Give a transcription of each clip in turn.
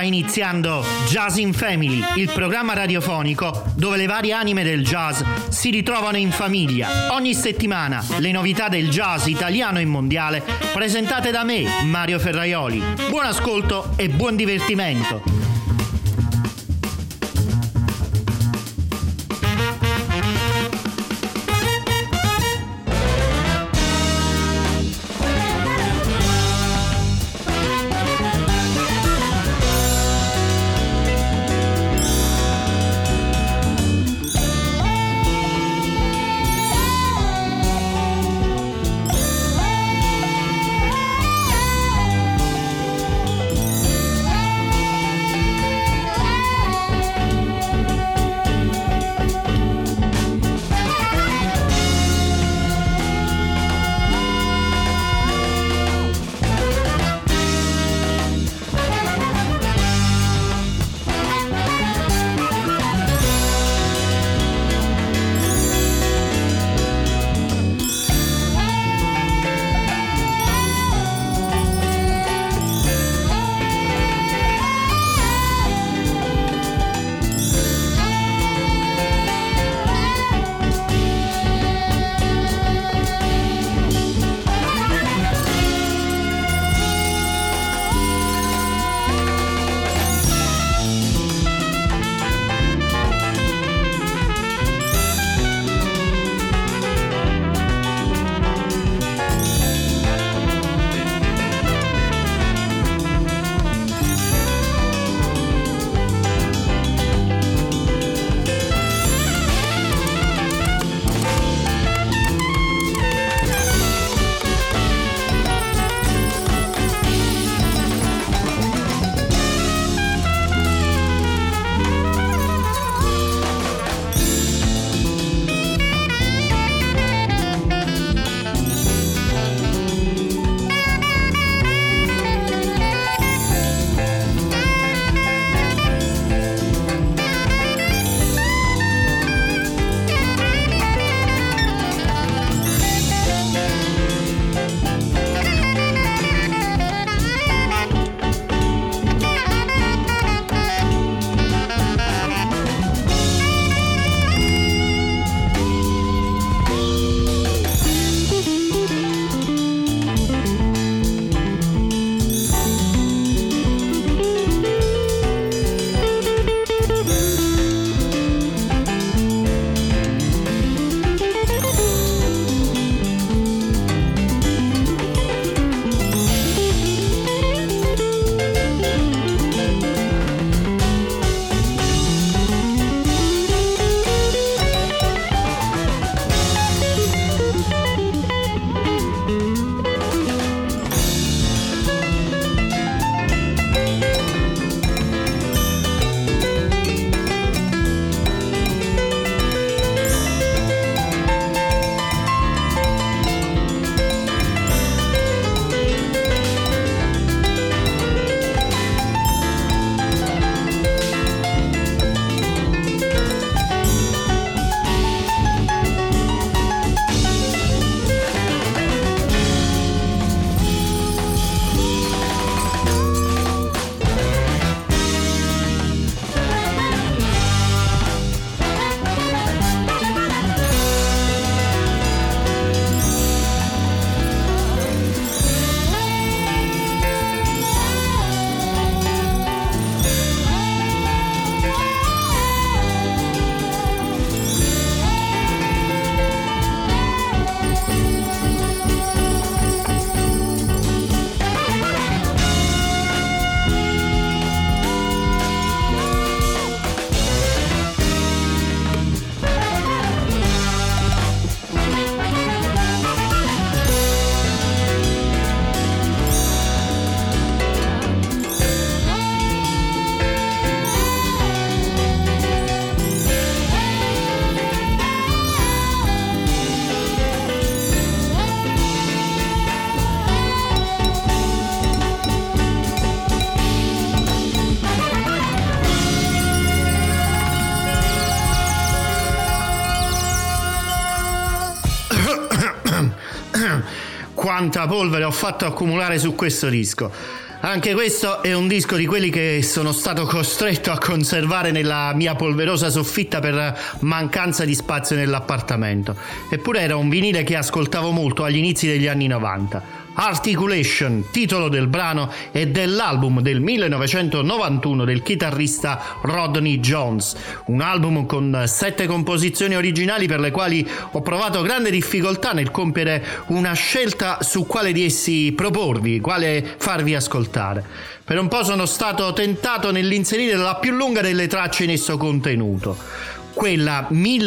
Sta iniziando Jazz in Family, il programma radiofonico dove le varie anime del jazz si ritrovano in famiglia. Ogni settimana le novità del jazz italiano e mondiale presentate da me, Mario Ferraioli. Buon ascolto e buon divertimento. Quanta polvere ho fatto accumulare su questo disco. Anche questo è un disco di quelli che sono stato costretto a conservare nella mia polverosa soffitta per mancanza di spazio nell'appartamento. Eppure era un vinile che ascoltavo molto agli inizi degli anni 90. Articulation, titolo del brano, è dell'album del 1991 del chitarrista Rodney Jones, un album con 7 composizioni originali per le quali ho provato grande difficoltà nel compiere una scelta su quale di essi proporvi, quale farvi ascoltare. Per un po' sono stato tentato nell'inserire la più lunga delle tracce in esso contenuto, quella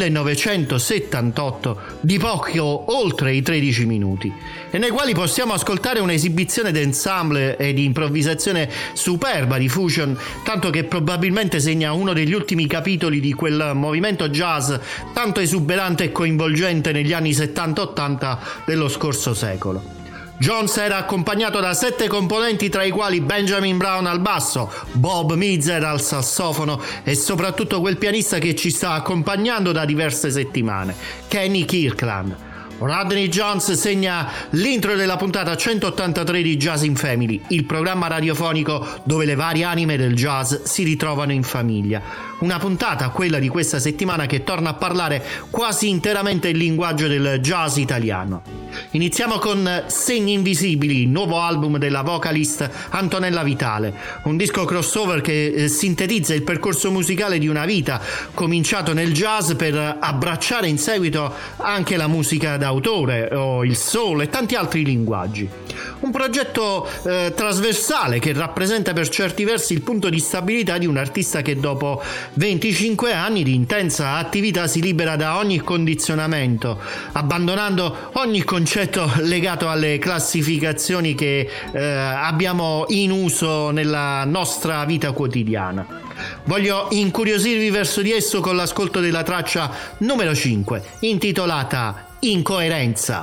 1978 di poco oltre i 13 minuti, e nei quali possiamo ascoltare un'esibizione d'ensemble e di improvvisazione superba di fusion, tanto che probabilmente segna uno degli ultimi capitoli di quel movimento jazz tanto esuberante e coinvolgente negli anni 70-80 dello scorso secolo. Jones era accompagnato da 7 componenti, tra i quali Benjamin Brown al basso, Bob Mizzer al sassofono e soprattutto quel pianista che ci sta accompagnando da diverse settimane, Kenny Kirkland. Rodney Jones segna l'intro della puntata 183 di Jazz in Family, il programma radiofonico dove le varie anime del jazz si ritrovano in famiglia. Una puntata, quella di questa settimana, che torna a parlare quasi interamente il linguaggio del jazz italiano. Iniziamo con Segni Invisibili, il nuovo album della vocalist Antonella Vitale, un disco crossover che sintetizza il percorso musicale di una vita, cominciato nel jazz per abbracciare in seguito anche la musica d'autore o il soul e tanti altri linguaggi. Un progetto trasversale che rappresenta per certi versi il punto di stabilità di un artista che dopo 25 anni di intensa attività si libera da ogni condizionamento, abbandonando ogni concetto legato alle classificazioni che abbiamo in uso nella nostra vita quotidiana. Voglio incuriosirvi verso di esso con l'ascolto della traccia numero 5, intitolata Incoerenza.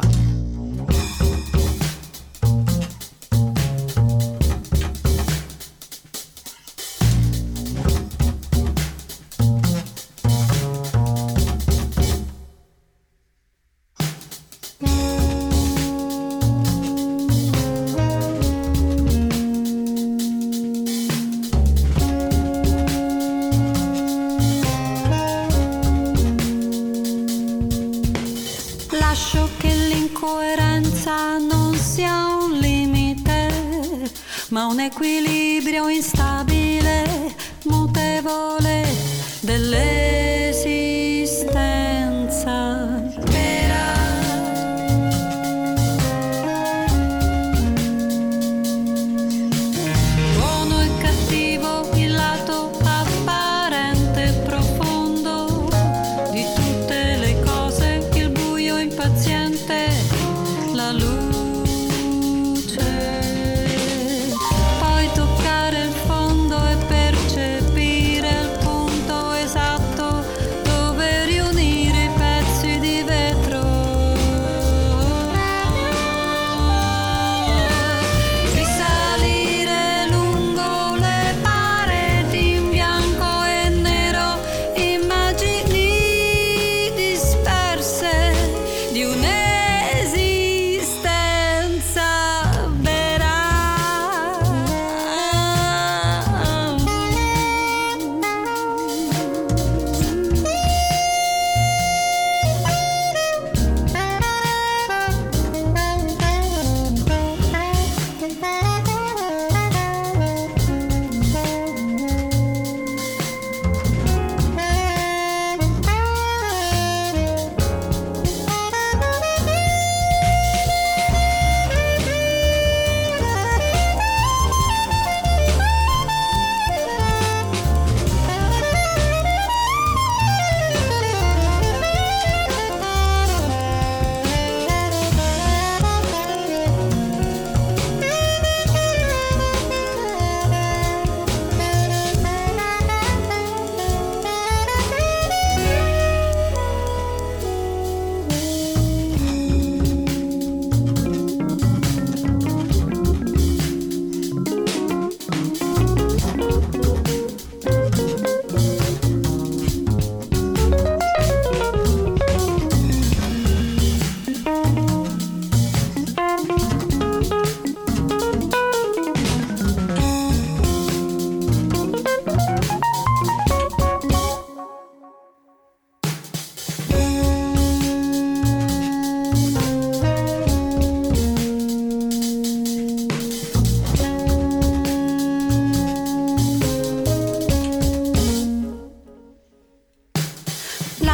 Lascio che l'incoerenza non sia un limite, ma un equilibrio instabile, mutevole dell'esistenza. Buono e cattivo, il lato apparente e profondo di tutte le cose, il buio impaziente, la luce. Poi toccare il fondo e percepire il punto esatto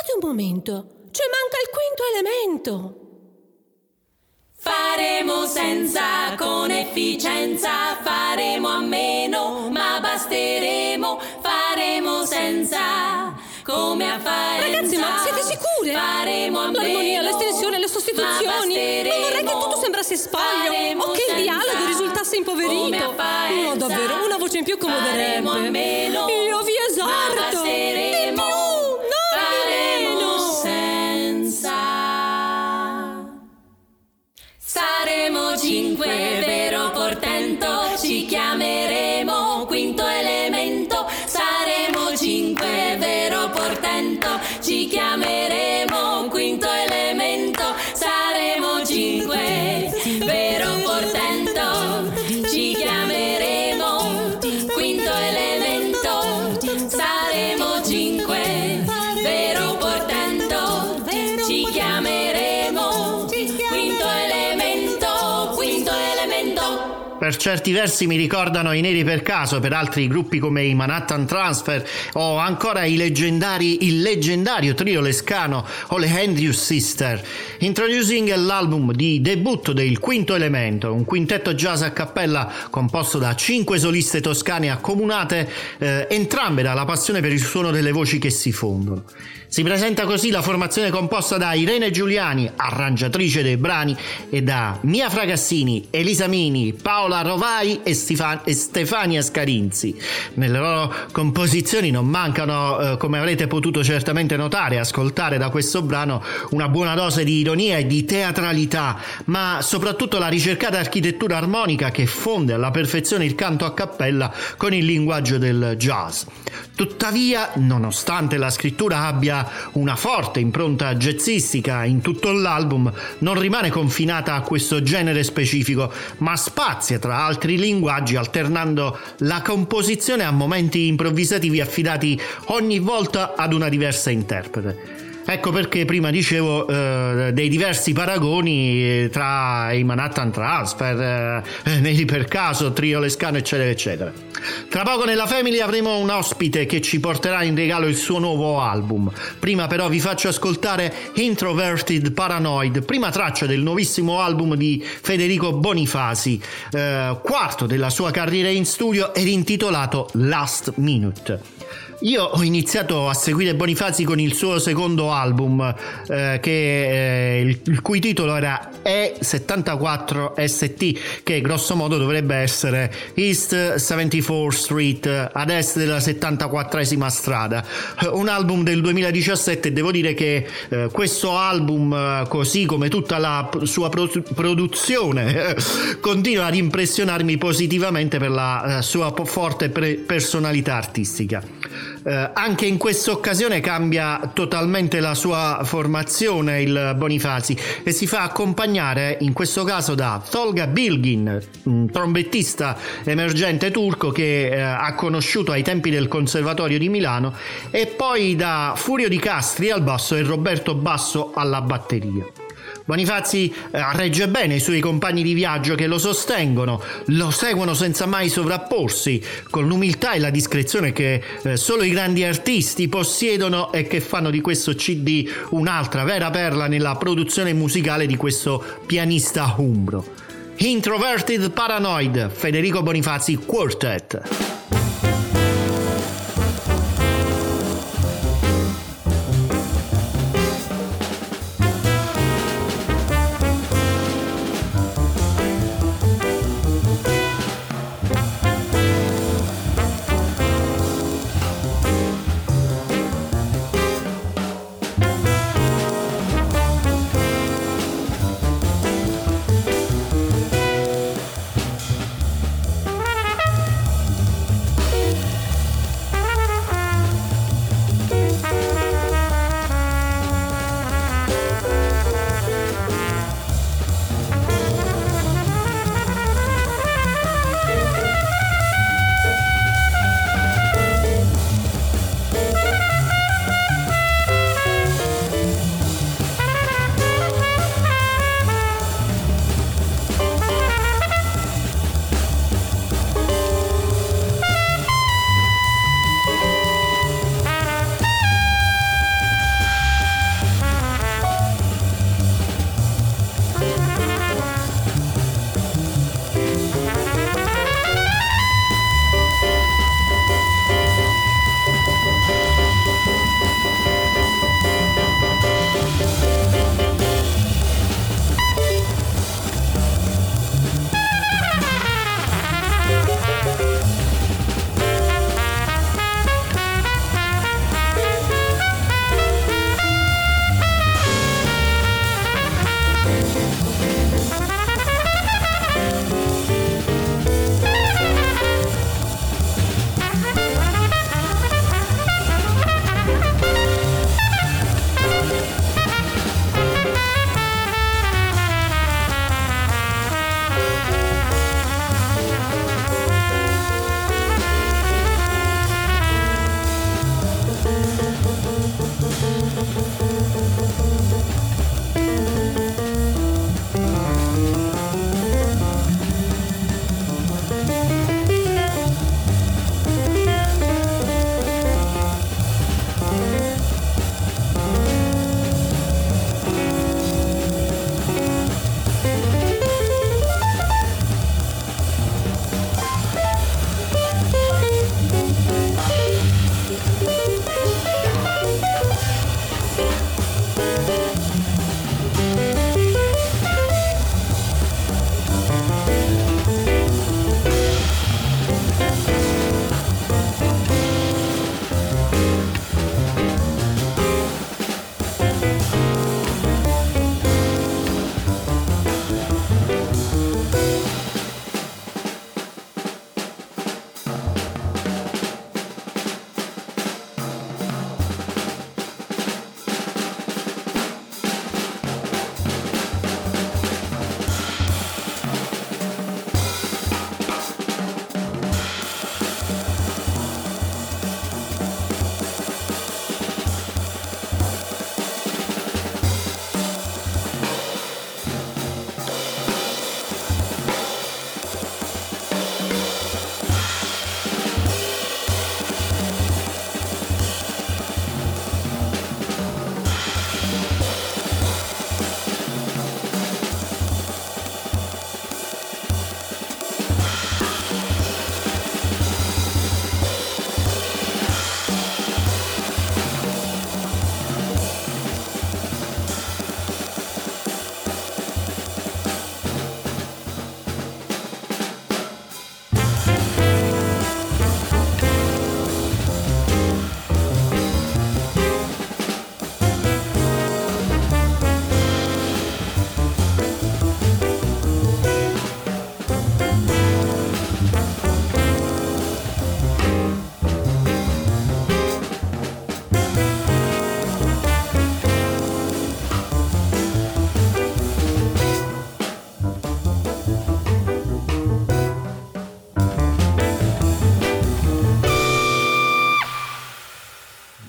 Aspettate un momento, cioè manca il quinto elemento. Faremo senza con efficienza, faremo a meno, ma basteremo, faremo senza come apparenza. Ragazzi, ma siete sicure? Faremo a l'armonia, meno, l'estensione, le sostituzioni. Ma vorrei che tutto sembrasse spoglio o che il dialogo risultasse impoverito. No, davvero, una voce in più comoderebbe. Faremo a meno, io vi ma esorto. basteremo, Di più, non faremo meno. senza. Saremo 5, vero portento, ci chiameremo quinto elemento. Saremo 5, vero portento, ci chiameremo quinto elemento. Saremo 5, vero portento, ci chiameremo quinto elemento. Saremo 5, vero portento, ci chiameremo quinto elemento, quinto elemento. Per certi versi mi ricordano i Neri per caso, per altri gruppi come i Manhattan Transfer o ancora il leggendario trio lescano o le Andrews Sister. Introducing l'album di debutto del Quinto Elemento, un quintetto jazz a cappella composto da 5 soliste toscane accomunate entrambe dalla passione per il suono delle voci che si fondono. Si presenta così la formazione composta da Irene Giuliani, arrangiatrice dei brani, e da Mia Fragassini, Elisa Mini, Paola Rovai e Stefania Scarinzi. Nelle loro composizioni non mancano, come avrete potuto certamente notare e ascoltare da questo brano, una buona dose di ironia e di teatralità, ma soprattutto la ricercata architettura armonica che fonde alla perfezione il canto a cappella con il linguaggio del jazz. Tuttavia, nonostante la scrittura abbia una forte impronta jazzistica in tutto l'album, non rimane confinata a questo genere specifico, ma spazia tra altri linguaggi, alternando la composizione a momenti improvvisativi affidati ogni volta ad una diversa interprete. Ecco perché prima dicevo dei diversi paragoni tra i Manhattan Transfer, Neri per caso, trio lescano, eccetera eccetera. Tra poco nella Family avremo un ospite che ci porterà in regalo il suo nuovo album. Prima però vi faccio ascoltare Introverted Paranoid, prima traccia del nuovissimo album di Federico Bonifasi, quarto della sua carriera in studio ed intitolato Last Minute. Io ho iniziato a seguire Bonifasi con il suo secondo album, il cui titolo era E74 ST, che grosso modo dovrebbe essere East 74th Street, ad est della 74esima strada. Un album del 2017, devo dire che questo album, così come tutta la sua produzione, continua ad impressionarmi positivamente per la sua forte personalità artistica. Anche in questa occasione cambia totalmente la sua formazione il Bonifasi e si fa accompagnare in questo caso da Tolga Bilgin, un trombettista emergente turco che ha conosciuto ai tempi del Conservatorio di Milano, e poi da Furio Di Castri al basso e Roberto Basso alla batteria. Bonifasi regge bene i suoi compagni di viaggio che lo sostengono, lo seguono senza mai sovrapporsi, con l'umiltà e la discrezione che solo i grandi artisti possiedono e che fanno di questo CD un'altra vera perla nella produzione musicale di questo pianista umbro. Introverted Paranoid, Federico Bonifasi Quartet.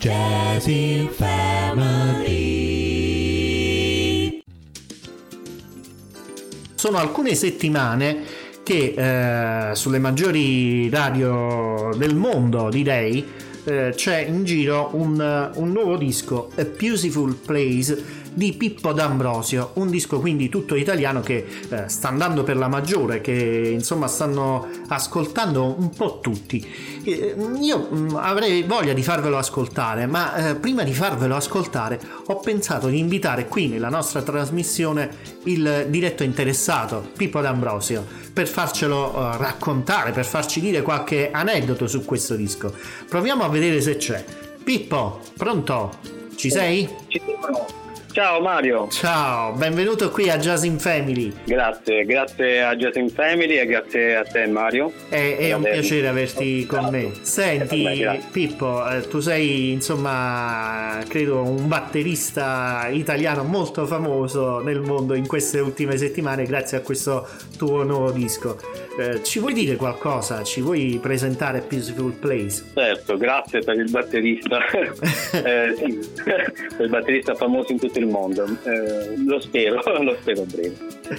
Jazzing Family. Sono alcune settimane che sulle maggiori radio del mondo, direi, c'è in giro un nuovo disco, A Beautiful Place, di Pippo D'Ambrosio, un disco quindi tutto italiano che sta andando per la maggiore, che insomma stanno ascoltando un po' tutti. Io avrei voglia di farvelo ascoltare, ma prima di farvelo ascoltare ho pensato di invitare qui nella nostra trasmissione il diretto interessato Pippo D'Ambrosio per farcelo raccontare, per farci dire qualche aneddoto su questo disco. Proviamo a vedere se c'è. Pippo, pronto? Ci sei? Ci sono. Ciao Mario. Ciao, benvenuto qui a Jazzing Family. Grazie a Jazzing Family e grazie a te Mario. È un piacere averti con me. Senti Pippo, tu sei insomma credo un batterista italiano molto famoso nel mondo in queste ultime settimane grazie a questo tuo nuovo disco. Ci vuoi dire qualcosa? Ci vuoi presentare Beautiful Place? Certo, grazie per il batterista. Sì, il batterista famoso in tutto il mondo. Lo spero breve.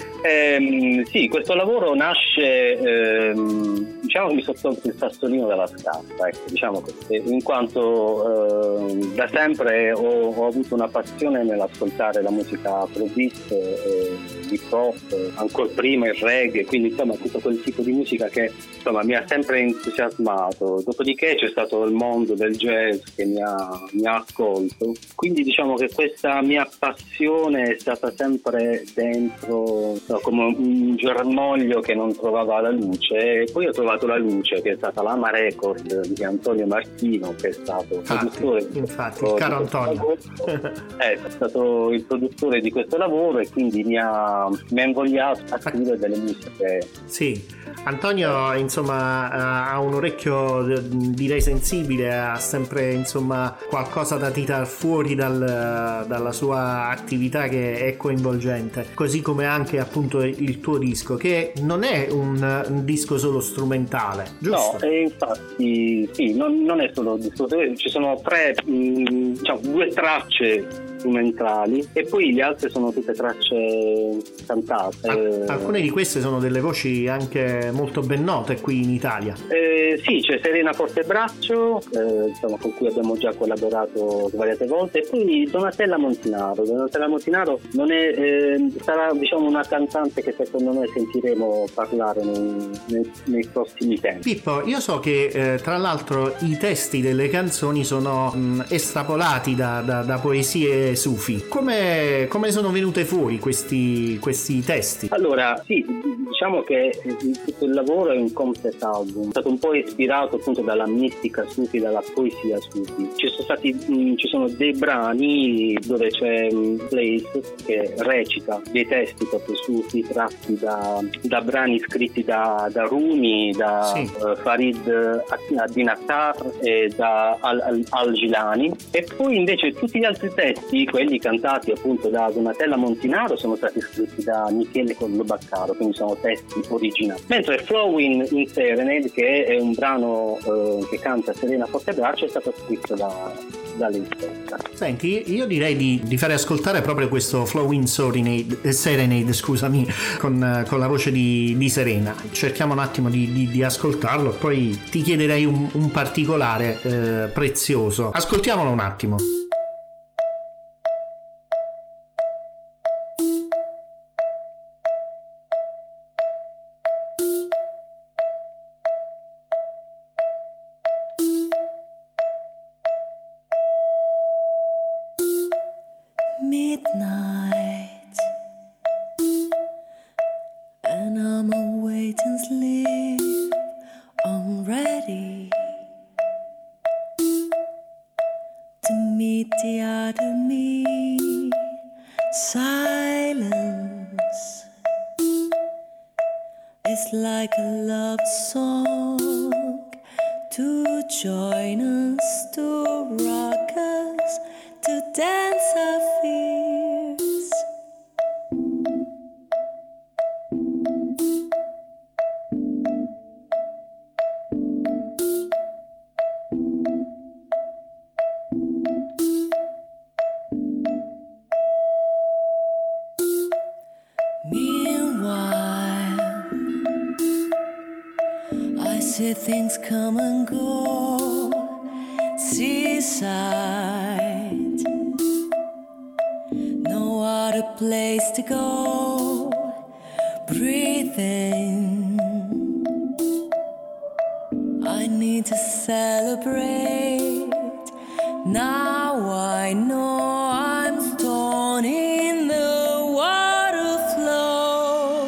Sì, questo lavoro nasce diciamo che mi sono tolto il sassolino dalla scarpa, ecco, diciamo così, in quanto da sempre ho avuto una passione nell'ascoltare la musica afrobeat, hip hop, ancora prima il reggae, quindi insomma tutto quel tipo di musica che insomma mi ha sempre entusiasmato. Dopodiché c'è stato il mondo del jazz che mi ha accolto, quindi diciamo che questa mia passione è stata sempre dentro, come un germoglio che non trovava la luce, e poi ho trovato la luce che è stata l'Ama Record di Antonio Martino, che è stato produttore infatti il caro Antonio è stato il produttore di questo lavoro e quindi mi ha invogliato a scrivere delle musiche. Sì, Antonio insomma ha un orecchio direi sensibile, ha sempre insomma qualcosa da tirar fuori dalla sua attività che è coinvolgente, così come anche appunto il tuo disco, che non è un disco solo strumentale, giusto? No, infatti sì, non è solo un disco, ci sono due tracce strumentali e poi le altre sono tutte tracce cantate. Alcune di queste sono delle voci anche molto ben note qui in Italia. Sì, c'è Serena Fortebraccio, insomma, con cui abbiamo già collaborato svariate volte, e poi Donatella Montinaro non è, sarà diciamo una cantante che secondo me sentiremo parlare nei prossimi tempi. Pippo, io so che tra l'altro i testi delle canzoni sono estrapolati da poesie sufi. Come sono venute fuori questi testi? Allora, sì, diciamo che tutto il lavoro è un concept album, è stato un po' ispirato appunto dalla mistica sufi, dalla poesia sufi. Ci sono dei brani dove c'è Place che recita dei testi proprio sufi tratti da brani scritti da Rumi, da Farid Adinattar e da Al-Gilani, e poi invece tutti gli altri testi, quelli cantati appunto da Donatella Montinaro, sono stati scritti da Michele Collobaccaro, quindi sono testi originali. Mentre Flowing in Serenade, che è un brano che canta Serena Fortebraccio, è stato scritto da lei stessa. Senti, io direi di fare ascoltare proprio questo Flowing Serenade, scusami, con la voce di Serena. Cerchiamo un attimo di ascoltarlo, poi ti chiederei un particolare prezioso. Ascoltiamolo un attimo. Midnight, and I'm awaiting sleep. I'm ready to meet the other me. Silence is like a love song to join us, to rock us, to dance our fears. Trains come and go, seaside, no other place to go, breathing. I need to celebrate, now I know I'm stone in the water flow.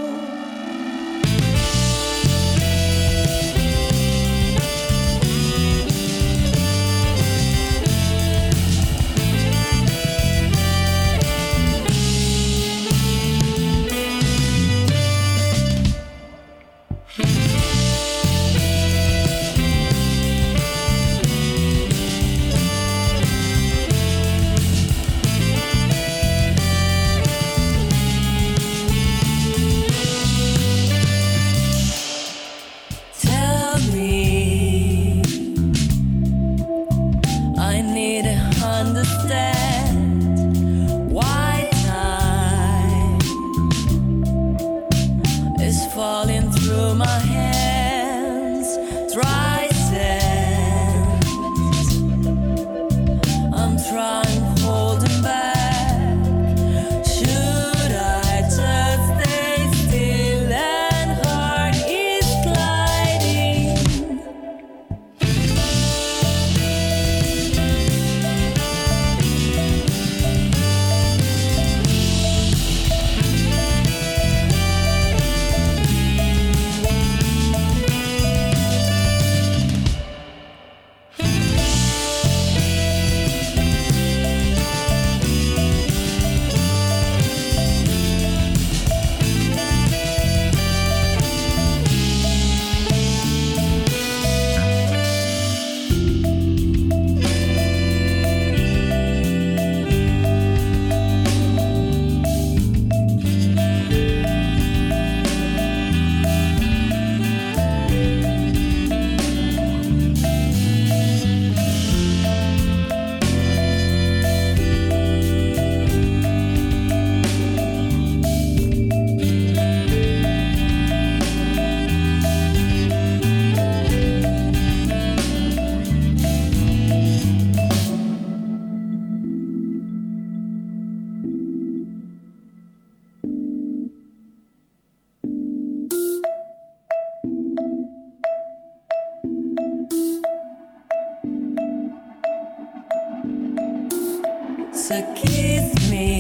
So kiss me,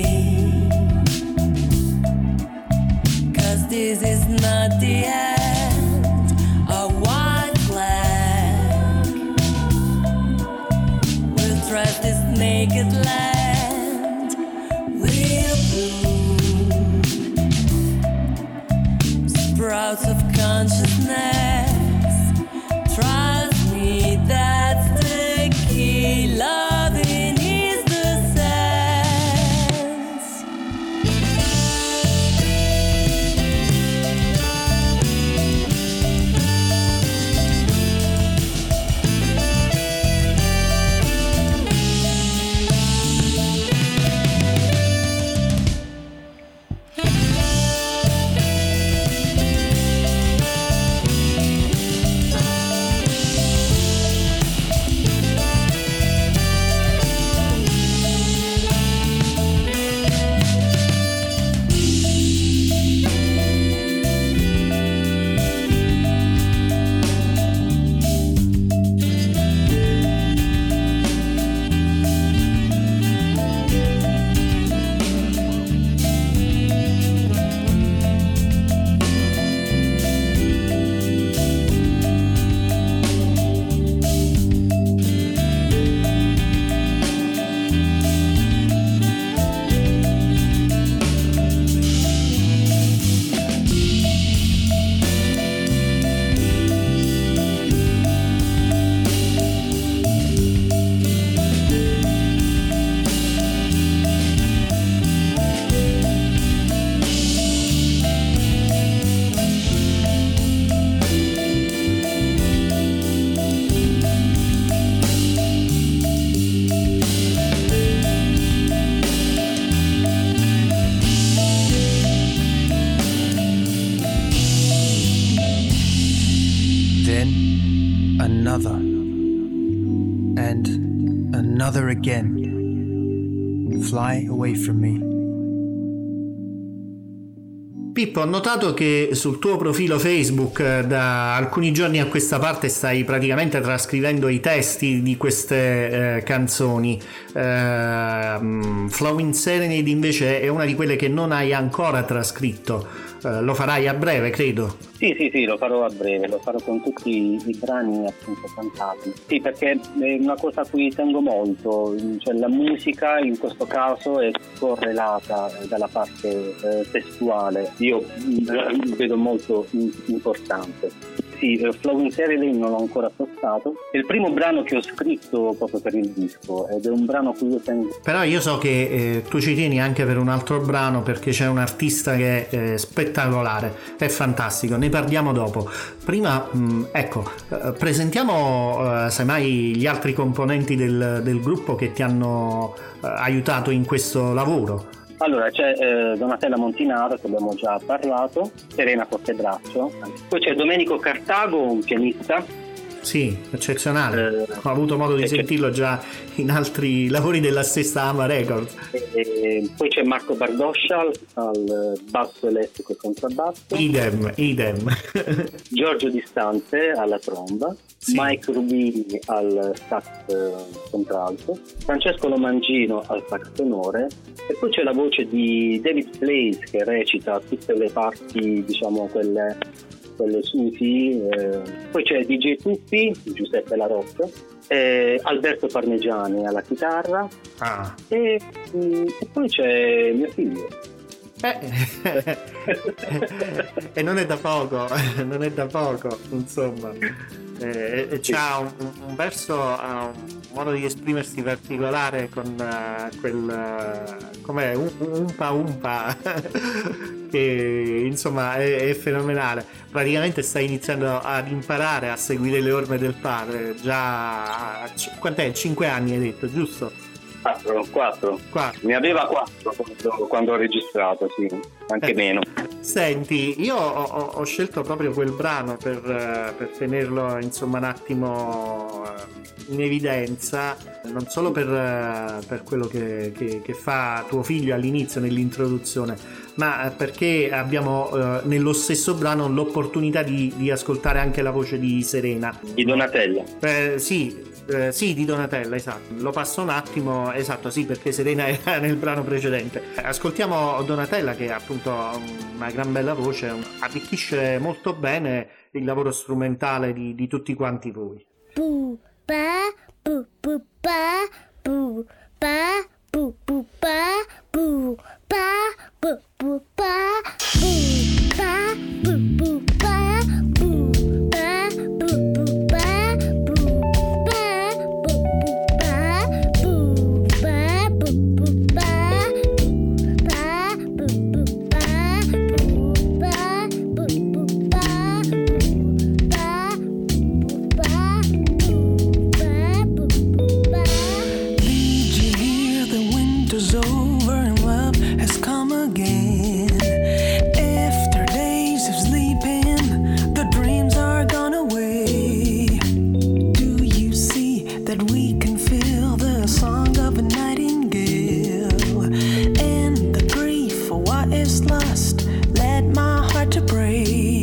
'cause this is not the end. A white flag will dress this naked land. We'll bloom sprouts of consciousness. Trust me, that's the key. Loving is the sense. never again fly away from me. Pippo, ho notato che sul tuo profilo Facebook da alcuni giorni a questa parte stai praticamente trascrivendo i testi di queste canzoni. Flowing Serenade invece è una di quelle che non hai ancora trascritto. Lo farai a breve, credo. Sì, lo farò a breve, lo farò con tutti i brani appunto cantati. Sì, perché è una cosa a cui tengo molto, cioè la musica in questo caso è correlata dalla parte testuale. Io vedo molto importante. Sì, Flowing Serenade non l'ho ancora postato. È il primo brano che ho scritto proprio per il disco ed è un brano a cui io tengo. Però io so che tu ci tieni anche per un altro brano, perché c'è un artista che è spettacolare, è fantastico, ne parliamo dopo. Prima, presentiamo semmai gli altri componenti del gruppo che ti hanno aiutato in questo lavoro. Allora c'è Donatella Montinaro, che abbiamo già parlato, Serena Fortebraccio, poi c'è Domenico Cartago, un pianista. Sì, eccezionale, ho avuto modo di sentirlo già in altri lavori della stessa Ama Records. Poi c'è Marco Bardoscia al basso elettrico e contrabbasso. Idem. Giorgio Distante alla tromba. Sì. Mike Rubini al sax contralto, Francesco Lomangino al sax tenore, e poi c'è la voce di David Blaze che recita tutte le parti, diciamo quelle suiti, poi c'è DJ Tuppi, Giuseppe La Rocca, Alberto Parmigiani alla chitarra, e poi c'è mio figlio. E non è da poco, insomma. C'ha un verso, un modo di esprimersi particolare con com'è, umpa che insomma è fenomenale. Praticamente stai iniziando ad imparare a seguire le orme del padre già quant'è? 5 anni hai detto, giusto? 4. Ne aveva 4 quando ho registrato, sì, anche meno. Senti, io ho scelto proprio quel brano per tenerlo insomma un attimo in evidenza, non solo per quello che fa tuo figlio all'inizio nell'introduzione, ma perché abbiamo nello stesso brano l'opportunità di ascoltare anche la voce di Serena. Di Donatella. Sì, di Donatella, esatto. Lo passo un attimo, esatto, sì, perché Serena era nel brano precedente. Ascoltiamo Donatella, che ha appunto una gran bella voce, arricchisce molto bene il lavoro strumentale di tutti quanti voi. Bu pa bu bu pa bu pa bu bu pa bu pa bu bu pa bu pa bu bu pa bu pa bu bu pa bu pa bu bu pa bu pa bu bu pa bu bu pa bu pa bu bu pa over and love has come again. After days of sleeping, the dreams are gone away. Do you see that we can feel the song of a nightingale? And the grief for what is lost led my heart to pray.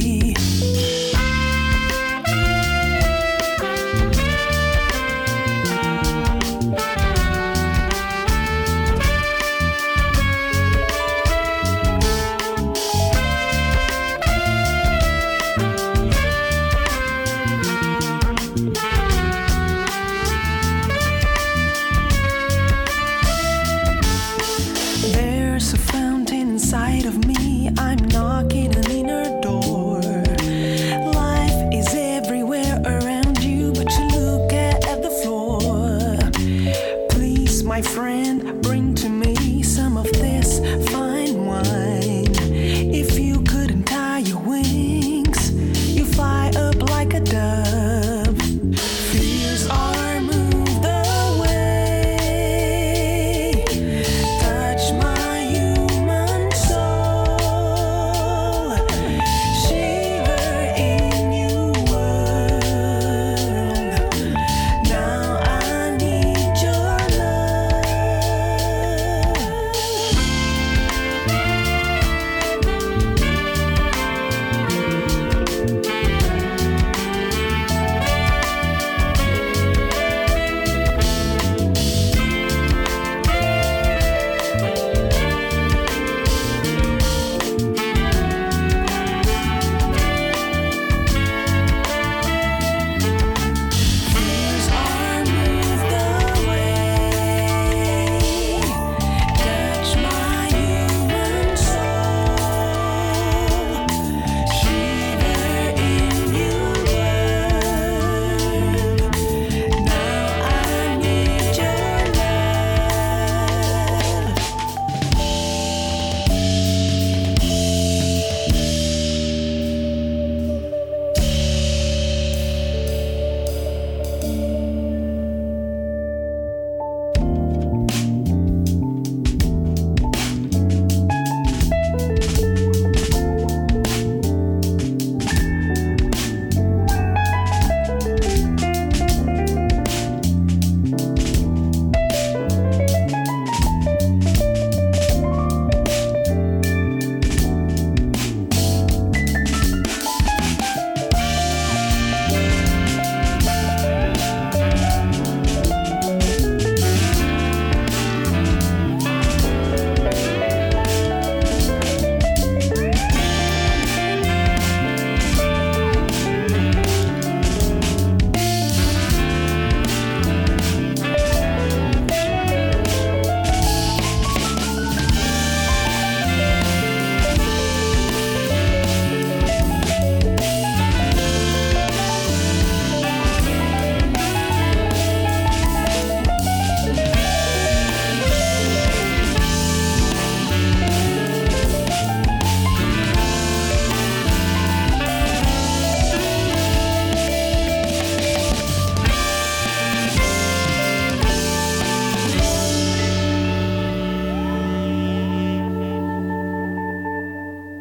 Your love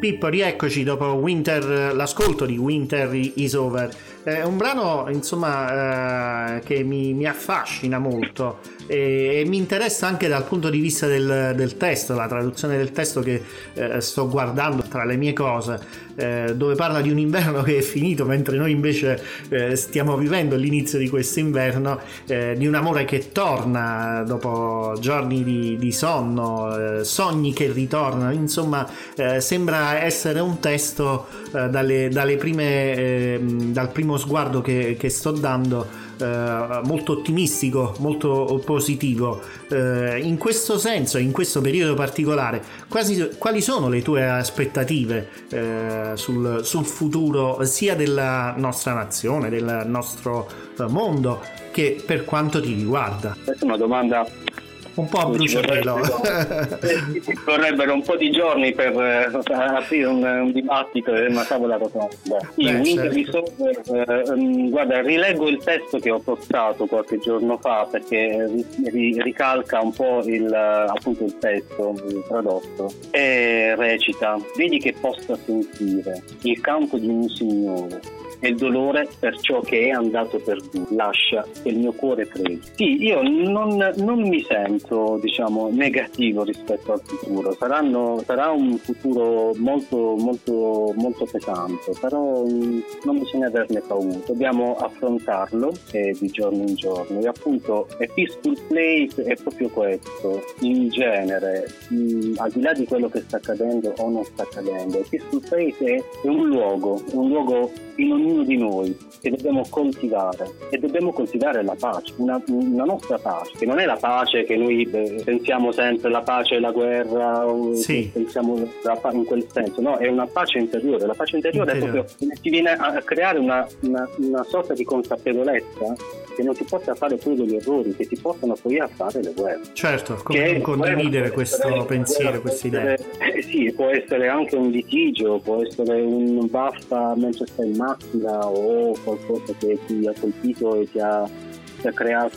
Pippo, rieccoci dopo l'ascolto di Winter is Over. È un brano, insomma, che mi affascina molto e mi interessa anche dal punto di vista del testo, la traduzione del testo che sto guardando tra le mie cose, dove parla di un inverno che è finito, mentre noi invece stiamo vivendo l'inizio di questo inverno, di un amore che torna dopo giorni di sonno, sogni che ritornano, insomma sembra essere un testo dalle prime, dal primo sguardo che sto dando, molto ottimistico, molto positivo. In questo senso, in questo periodo particolare, quali sono le tue aspettative sul futuro sia della nostra nazione, del nostro mondo, che per quanto ti riguarda? Questa è una domanda un po' a bruciapelo. Ci vorrebbero un po' di giorni per aprire un dibattito e una tavola rotonda. Guarda, rileggo il testo che ho postato qualche giorno fa, perché ricalca un po' appunto il testo tradotto, e recita: vedi che possa sentire il canto di un signore e il dolore per ciò che è andato perduto, lascia che il mio cuore credi. Sì, io non mi sento, diciamo, negativo rispetto al futuro. Sarà un futuro molto molto molto pesante, però non bisogna averne paura, dobbiamo affrontarlo di giorno in giorno. E appunto A Peaceful Place è proprio questo, in genere, al di là di quello che sta accadendo o non sta accadendo. A Peaceful Place è un luogo in ognuno di noi che dobbiamo coltivare, e dobbiamo coltivare la pace, una nostra pace, che non è la pace che noi pensiamo sempre, la pace e la guerra, sì. Pensiamo in quel senso, no, è una pace interiore. La pace interiore è proprio, ti viene a creare una sorta di consapevolezza che non ti porta a fare poi degli errori, che ti portano poi a fare le guerre. Certo, come condividere questo pensiero, questa idea. Sì, può essere anche un litigio, può essere un baffa mentre stai in macchina, o qualcosa che ti ha colpito e ti ha creato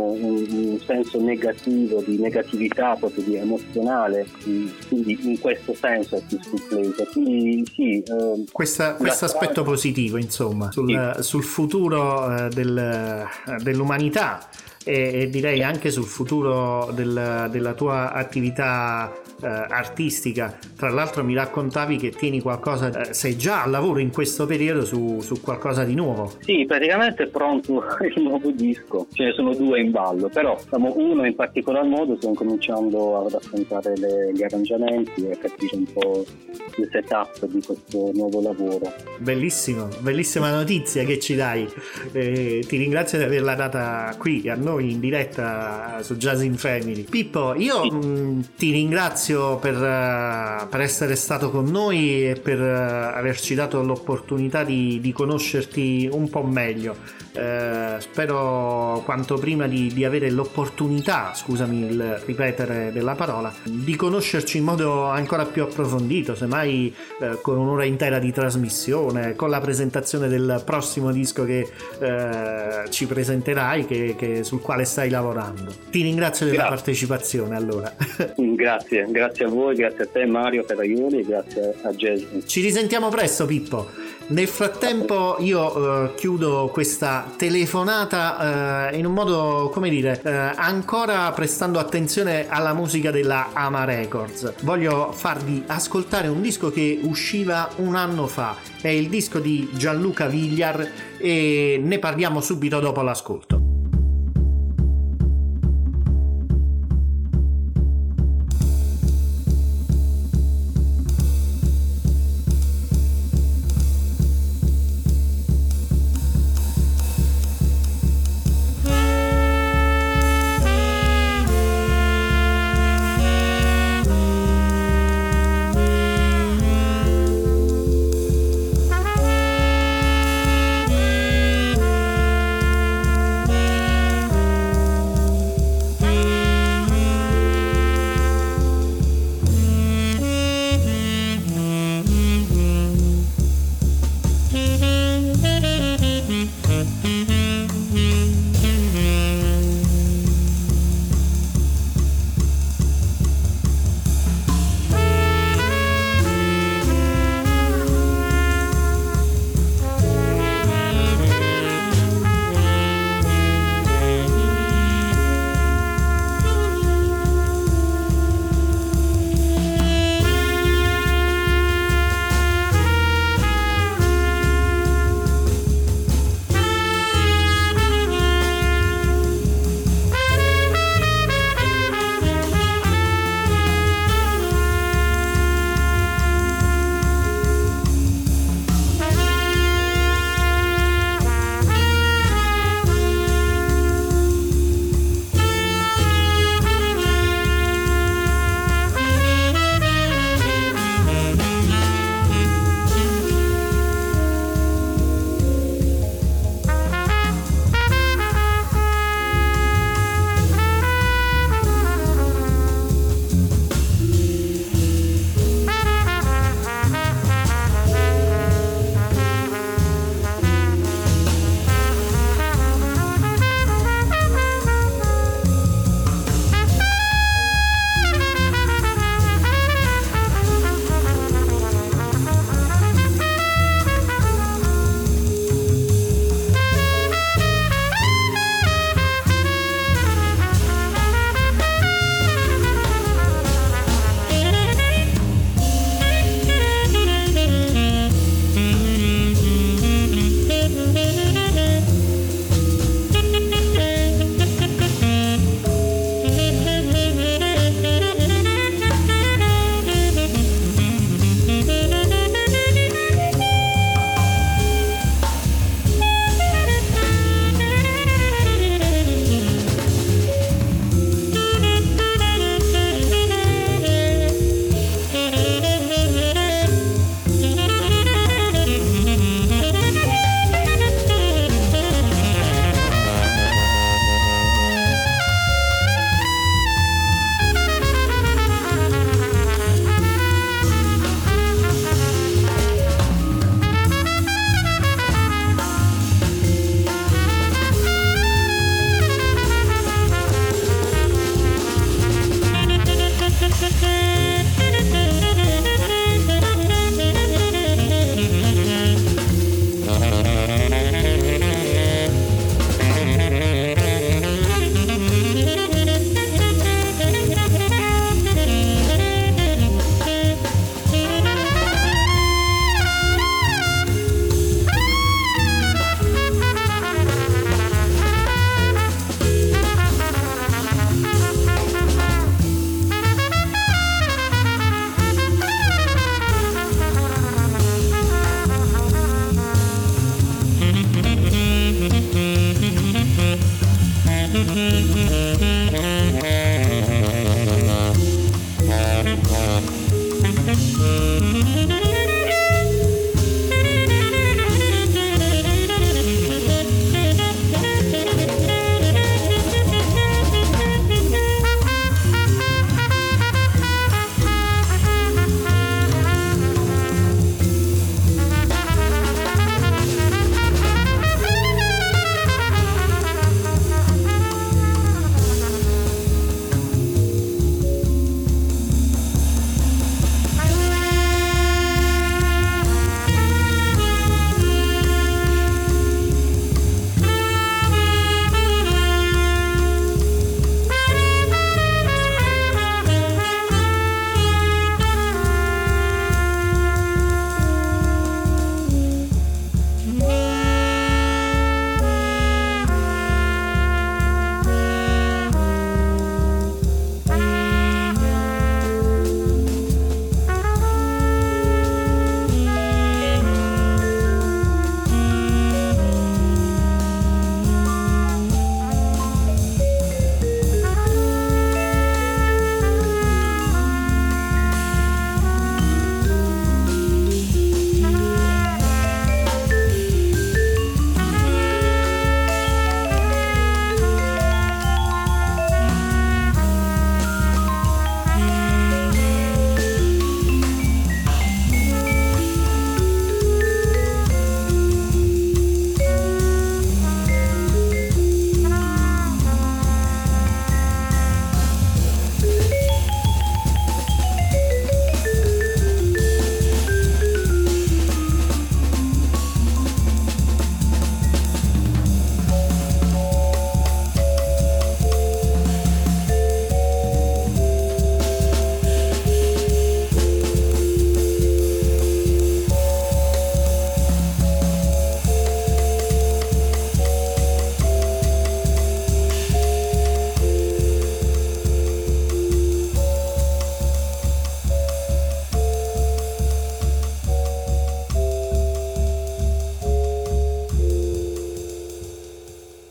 un senso negativo, di negatività proprio di emozionale, quindi in questo senso è più suppleto. Quindi sì, questo aspetto positivo, insomma, sul futuro dell'umanità e direi anche sul futuro della tua attività artistica. Tra l'altro mi raccontavi che tieni qualcosa, sei già al lavoro in questo periodo su qualcosa di nuovo. Sì, praticamente è pronto il nuovo disco, ce ne sono 2 in ballo, però uno in particolar modo sto cominciando ad affrontare gli arrangiamenti e capire un po' il setup di questo nuovo lavoro. Bellissima notizia che ci dai, ti ringrazio di averla data qui a noi in diretta su Jazz in Family. Pippo, io ti ringrazio per essere stato con noi e per averci dato l'opportunità di conoscerti un po' meglio. Spero quanto prima di avere l'opportunità, scusami il ripetere della parola, di conoscerci in modo ancora più approfondito, semmai con un'ora intera di trasmissione, con la presentazione del prossimo disco che ci presenterai, sul quale stai lavorando. Ti ringrazio della partecipazione, allora. Grazie a voi, grazie a te Mario Ferraioli, e grazie a Jazz. Ci risentiamo presto, Pippo. Nel frattempo io chiudo questa telefonata in un modo, come dire, ancora prestando attenzione alla musica della Ama Records. Voglio farvi ascoltare un disco che usciva un anno fa, è il disco di Gianluca Vigliar e ne parliamo subito dopo l'ascolto.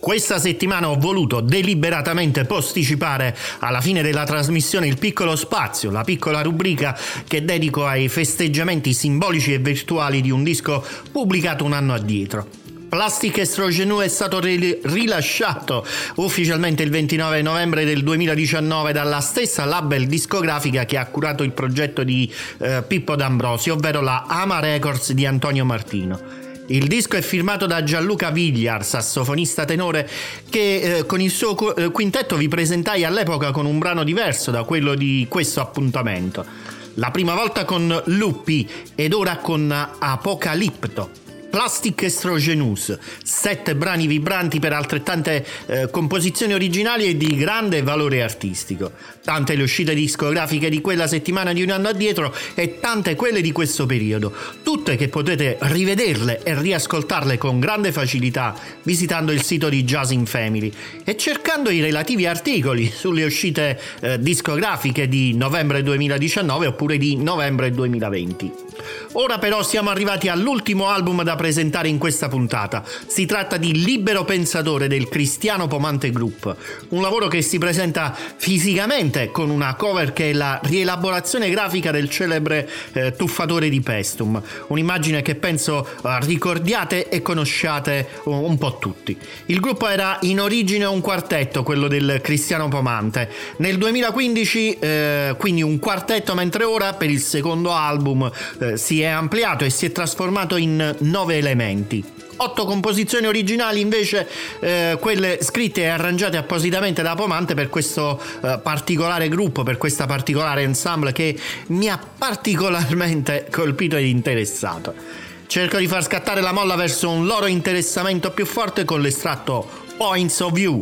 Questa settimana ho voluto deliberatamente posticipare alla fine della trasmissione il piccolo spazio, la piccola rubrica che dedico ai festeggiamenti simbolici e virtuali di un disco pubblicato un anno addietro. Plastic Estrogenous è stato rilasciato ufficialmente il 29 novembre del 2019 dalla stessa label discografica che ha curato il progetto di Pippo D'Ambrosio, ovvero la Ama Records di Antonio Martino. Il disco è firmato da Gianluca Vigliar, sassofonista tenore, che con il suo quintetto vi presentai all'epoca con un brano diverso da quello di questo appuntamento. La prima volta con Lupi ed ora con Apocalipto. Plastic Estrogenous, 7 brani vibranti per altrettante composizioni originali e di grande valore artistico. Tante le uscite discografiche di quella settimana di un anno addietro e tante quelle di questo periodo, tutte che potete rivederle e riascoltarle con grande facilità visitando il sito di Jazz in Family e cercando i relativi articoli sulle uscite discografiche di novembre 2019 oppure di novembre 2020. Ora però siamo arrivati all'ultimo album da presentare in questa puntata. Si tratta di Libero Pensatore del Cristiano Pomante Group, un lavoro che si presenta fisicamente con una cover che è la rielaborazione grafica del celebre tuffatore di Paestum, un'immagine che penso ricordiate e conosciate un po' tutti. Il gruppo era in origine un quartetto, quello del Cristiano Pomante. Nel 2015 quindi un quartetto, mentre ora per il secondo album si è ampliato e si è trasformato in 9 elementi. 8 composizioni originali invece, quelle scritte e arrangiate appositamente da Pomante per questo particolare gruppo, per questa particolare ensemble che mi ha particolarmente colpito ed interessato. Cerco di far scattare la molla verso un loro interessamento più forte con l'estratto Points of View.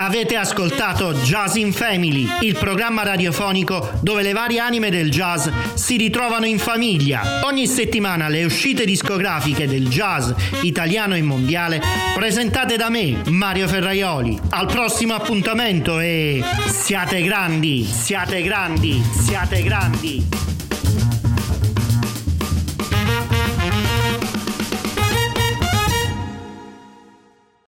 Avete ascoltato Jazz in Family, il programma radiofonico dove le varie anime del jazz si ritrovano in famiglia. Ogni settimana le uscite discografiche del jazz italiano e mondiale presentate da me, Mario Ferraioli. Al prossimo appuntamento e siate grandi, siate grandi, siate grandi.